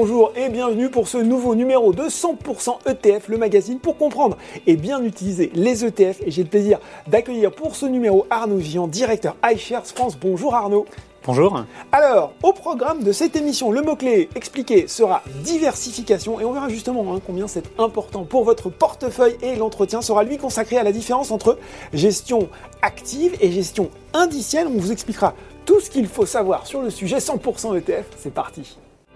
Bonjour et bienvenue pour ce nouveau numéro de 100% ETF, le magazine pour comprendre et bien utiliser les ETF. Et j'ai le plaisir d'accueillir pour ce numéro Arnaud Vian, directeur iShares France. Bonjour Arnaud. Bonjour. Alors, au programme de cette émission, le mot-clé expliqué sera diversification et on verra justement combien c'est important pour votre portefeuille et l'entretien sera lui consacré à la différence entre gestion active et gestion indicielle. On vous expliquera tout ce qu'il faut savoir sur le sujet 100% ETF. C'est parti.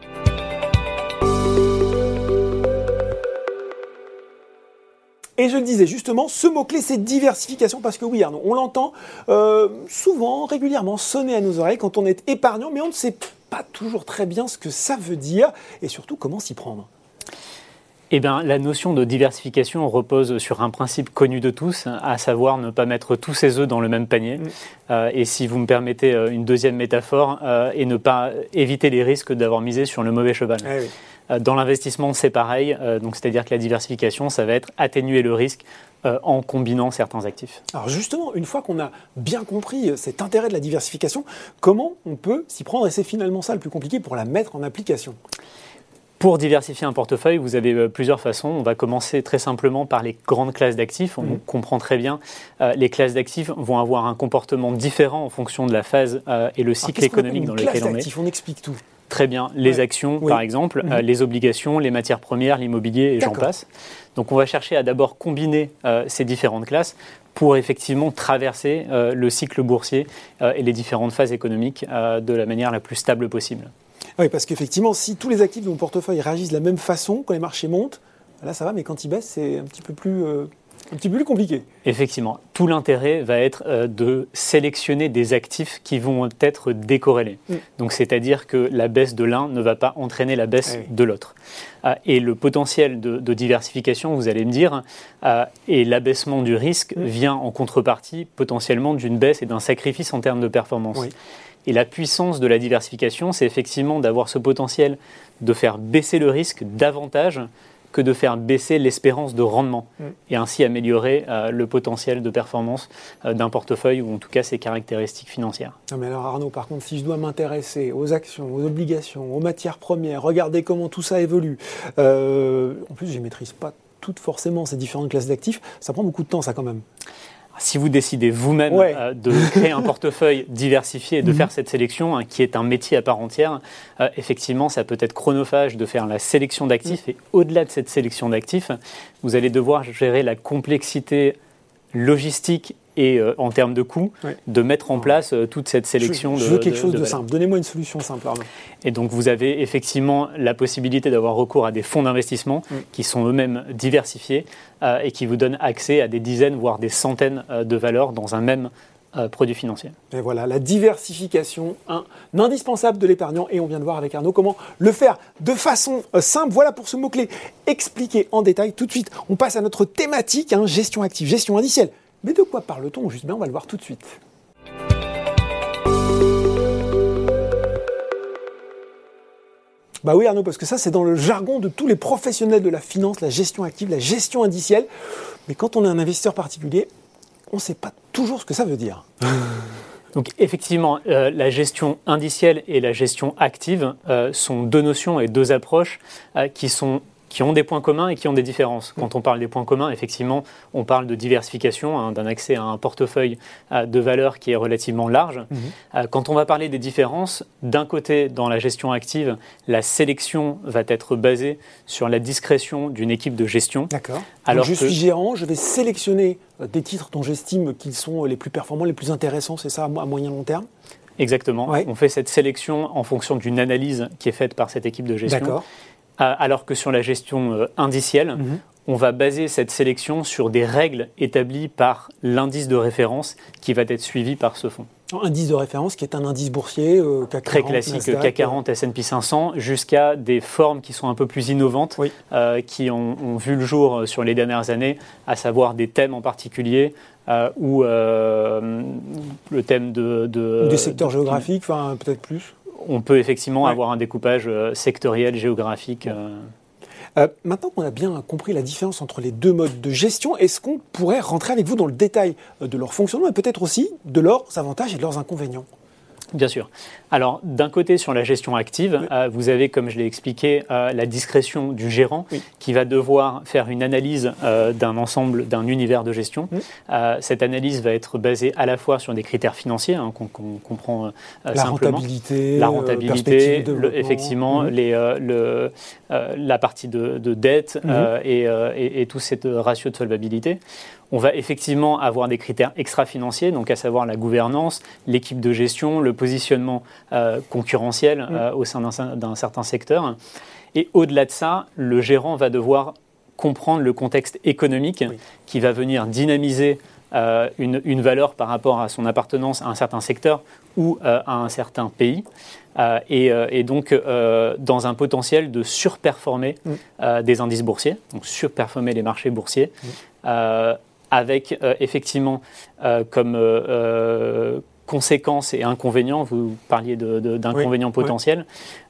Et je le disais justement, ce mot-clé c'est diversification parce que oui Arnaud, on l'entend souvent, régulièrement sonner à nos oreilles quand on est épargnant, mais on ne sait pas toujours très bien ce que ça veut dire et surtout comment s'y prendre. Eh bien, la notion de diversification repose sur un principe connu de tous, à savoir ne pas mettre tous ses œufs dans le même panier. Et si vous me permettez une deuxième métaphore, et ne pas éviter les risques d'avoir misé sur le mauvais cheval. Eh oui. Dans l'investissement, c'est pareil. Donc, c'est-à-dire que la diversification, ça va être atténuer le risque en combinant certains actifs. Alors justement, une fois qu'on a bien compris cet intérêt de la diversification, comment on peut s'y prendre? Et c'est finalement ça le plus compliqué pour la mettre en application. Pour diversifier un portefeuille, vous avez plusieurs façons. On va commencer très simplement par les grandes classes d'actifs. On comprend très bien, les classes d'actifs vont avoir un comportement différent en fonction de la phase et le cycle économique dans lequel on est. On explique tout. Très bien. Les actions, par exemple, les obligations, les matières premières, l'immobilier et j'en passe. Donc on va chercher à d'abord combiner ces différentes classes pour effectivement traverser le cycle boursier et les différentes phases économiques de la manière la plus stable possible. Oui, parce qu'effectivement, si tous les actifs de mon portefeuille réagissent de la même façon quand les marchés montent, là ça va, mais quand ils baissent, c'est un petit peu plus compliqué. Effectivement, tout l'intérêt va être de sélectionner des actifs qui vont être décorrélés. Donc, c'est-à-dire que la baisse de l'un ne va pas entraîner la baisse de l'autre. Et le potentiel de diversification, vous allez me dire, et l'abaissement du risque vient en contrepartie potentiellement d'une baisse et d'un sacrifice en termes de performance. Oui. Et la puissance de la diversification, c'est effectivement d'avoir ce potentiel de faire baisser le risque davantage que de faire baisser l'espérance de rendement et ainsi améliorer le potentiel de performance d'un portefeuille ou en tout cas ses caractéristiques financières. Non mais alors Arnaud, par contre, si je dois m'intéresser aux actions, aux obligations, aux matières premières, regarder comment tout ça évolue, en plus je ne maîtrise pas toutes forcément ces différentes classes d'actifs, ça prend beaucoup de temps ça quand même. Si vous décidez vous-même de créer un portefeuille diversifié et de faire cette sélection, qui est un métier à part entière, effectivement, ça peut être chronophage de faire la sélection d'actifs. Et au-delà de cette sélection d'actifs, vous allez devoir gérer la complexité logistique et en termes de coûts, de mettre en place toute cette sélection. Je veux quelque chose de simple. Donnez-moi une solution simple, Arnaud. Et donc, vous avez effectivement la possibilité d'avoir recours à des fonds d'investissement qui sont eux-mêmes diversifiés et qui vous donnent accès à des dizaines, voire des centaines de valeurs dans un même produit financier. Et voilà, la diversification, un indispensable de l'épargnant. Et on vient de voir avec Arnaud comment le faire de façon simple. Voilà pour ce mot-clé expliqué en détail. Tout de suite, on passe à notre thématique, gestion active, gestion indicielle. Mais de quoi parle-t-on juste bien? On va le voir tout de suite. Bah oui Arnaud, parce que ça c'est dans le jargon de tous les professionnels de la finance, la gestion active, la gestion indicielle. Mais quand on est un investisseur particulier, on ne sait pas toujours ce que ça veut dire. Donc effectivement, la gestion indicielle et la gestion active sont deux notions et deux approches qui ont des points communs et qui ont des différences. Quand on parle des points communs, effectivement, on parle de diversification, d'un accès à un portefeuille de valeurs qui est relativement large. Quand on va parler des différences, d'un côté, dans la gestion active, la sélection va être basée sur la discrétion d'une équipe de gestion. D'accord. Alors je suis gérant, je vais sélectionner des titres dont j'estime qu'ils sont les plus performants, les plus intéressants, c'est ça, à moyen long terme? Exactement. Ouais. On fait cette sélection en fonction d'une analyse qui est faite par cette équipe de gestion. D'accord. Alors que sur la gestion indicielle, on va baser cette sélection sur des règles établies par l'indice de référence qui va être suivi par ce fonds. Indice de référence qui est un indice boursier, CAC 40, très classique, Nasdaq, CAC 40, S&P 500, jusqu'à des formes qui sont un peu plus innovantes, qui ont vu le jour sur les dernières années, à savoir des thèmes en particulier, ou le thème ou des secteurs géographiques, enfin peut-être plus. On peut effectivement avoir un découpage sectoriel, géographique. Maintenant qu'on a bien compris la différence entre les deux modes de gestion, est-ce qu'on pourrait rentrer avec vous dans le détail de leur fonctionnement et peut-être aussi de leurs avantages et de leurs inconvénients ? Bien sûr. Alors, d'un côté, sur la gestion active, vous avez, comme je l'ai expliqué, la discrétion du gérant qui va devoir faire une analyse d'un ensemble, d'un univers de gestion. Cette analyse va être basée à la fois sur des critères financiers, qu'on comprend simplement. La rentabilité, effectivement, la partie de dette et tout ce ratio de solvabilité. On va effectivement avoir des critères extra-financiers, donc à savoir la gouvernance, l'équipe de gestion, le positionnement concurrentiel au sein d'un certain secteur. Et au-delà de ça, le gérant va devoir comprendre le contexte économique qui va venir dynamiser une valeur par rapport à son appartenance à un certain secteur ou à un certain pays. Et donc, dans un potentiel de surperformer des indices boursiers, donc surperformer les marchés boursiers, avec effectivement comme conséquences et inconvénients, vous parliez d'inconvénients potentiels,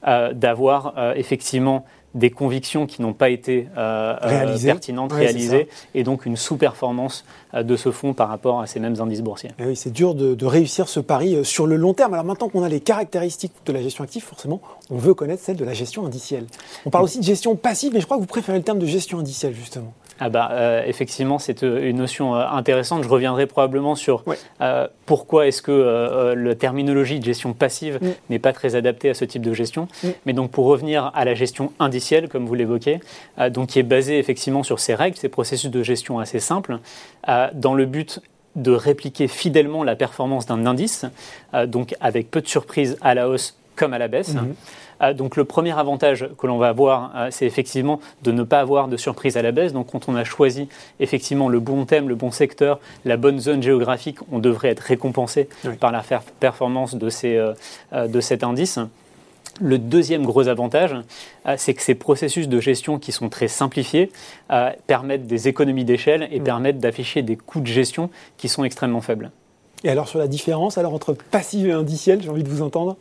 d'avoir effectivement des convictions qui n'ont pas été pertinentes, réalisées, et donc une sous-performance de ce fonds par rapport à ces mêmes indices boursiers. Et oui, c'est dur de réussir ce pari sur le long terme. Alors maintenant qu'on a les caractéristiques de la gestion active, forcément, on veut connaître celle de la gestion indicielle. On parle aussi de gestion passive, mais je crois que vous préférez le terme de gestion indicielle, justement. Effectivement, c'est une notion intéressante. Je reviendrai probablement sur pourquoi est-ce que la terminologie de gestion passive n'est pas très adaptée à ce type de gestion. Mais donc, pour revenir à la gestion indicielle, comme vous l'évoquez, donc qui est basée effectivement sur ces règles, ces processus de gestion assez simples, dans le but de répliquer fidèlement la performance d'un indice, donc avec peu de surprises à la hausse comme à la baisse. Donc le premier avantage que l'on va avoir, c'est effectivement de ne pas avoir de surprise à la baisse. Donc quand on a choisi effectivement le bon thème, le bon secteur, la bonne zone géographique, on devrait être récompensé par la performance de cet indice. Le deuxième gros avantage, c'est que ces processus de gestion qui sont très simplifiés permettent des économies d'échelle et permettent d'afficher des coûts de gestion qui sont extrêmement faibles. Et alors sur la différence entre passif et indiciel, j'ai envie de vous entendre.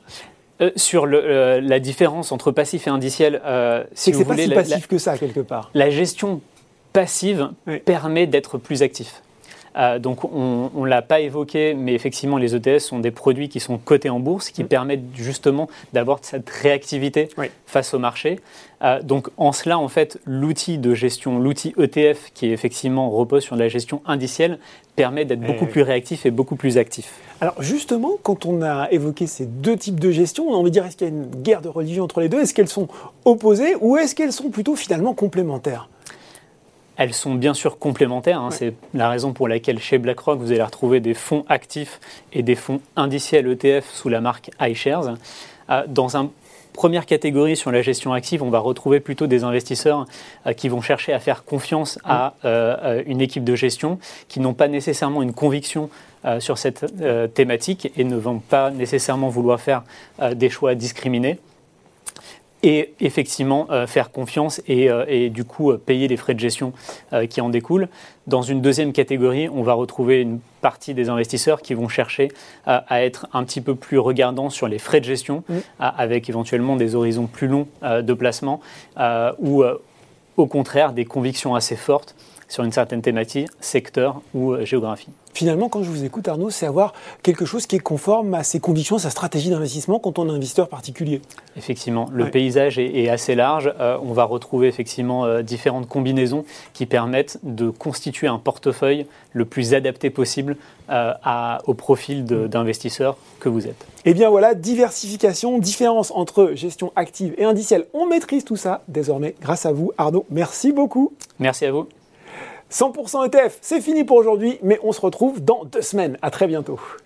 Sur la différence entre passif et indiciel, c'est que c'est pas si passif que ça, quelque part. La gestion passive permet d'être plus actif. Donc on ne l'a pas évoqué, mais effectivement les ETF sont des produits qui sont cotés en bourse, qui permettent justement d'avoir cette réactivité face au marché. Donc en cela, en fait, l'outil de gestion, l'outil ETF qui effectivement repose sur la gestion indicielle, permet d'être beaucoup plus réactif et beaucoup plus actif. Alors justement, quand on a évoqué ces deux types de gestion, on a envie de dire, est-ce qu'il y a une guerre de religion entre les deux? Est-ce qu'elles sont opposées ou est-ce qu'elles sont plutôt finalement complémentaires? Elles sont bien sûr complémentaires. C'est la raison pour laquelle chez BlackRock, vous allez retrouver des fonds actifs et des fonds indiciels ETF sous la marque iShares. Dans une première catégorie sur la gestion active, on va retrouver plutôt des investisseurs qui vont chercher à faire confiance à une équipe de gestion, qui n'ont pas nécessairement une conviction sur cette thématique et ne vont pas nécessairement vouloir faire des choix discriminés. Et effectivement faire confiance et du coup payer les frais de gestion qui en découlent. Dans une deuxième catégorie, on va retrouver une partie des investisseurs qui vont chercher à être un petit peu plus regardants sur les frais de gestion, avec éventuellement des horizons plus longs de placement ou au contraire des convictions assez fortes sur une certaine thématique, secteur ou géographie. Finalement, quand je vous écoute, Arnaud, c'est avoir quelque chose qui est conforme à ses convictions, à sa stratégie d'investissement quand on est investisseur particulier. Effectivement, le paysage est assez large. On va retrouver effectivement différentes combinaisons qui permettent de constituer un portefeuille le plus adapté possible au profil d'investisseur que vous êtes. Et bien voilà, diversification, différence entre gestion active et indicielle. On maîtrise tout ça désormais grâce à vous, Arnaud. Merci beaucoup. Merci à vous. 100% ETF, c'est fini pour aujourd'hui, mais on se retrouve dans 2 semaines. À très bientôt.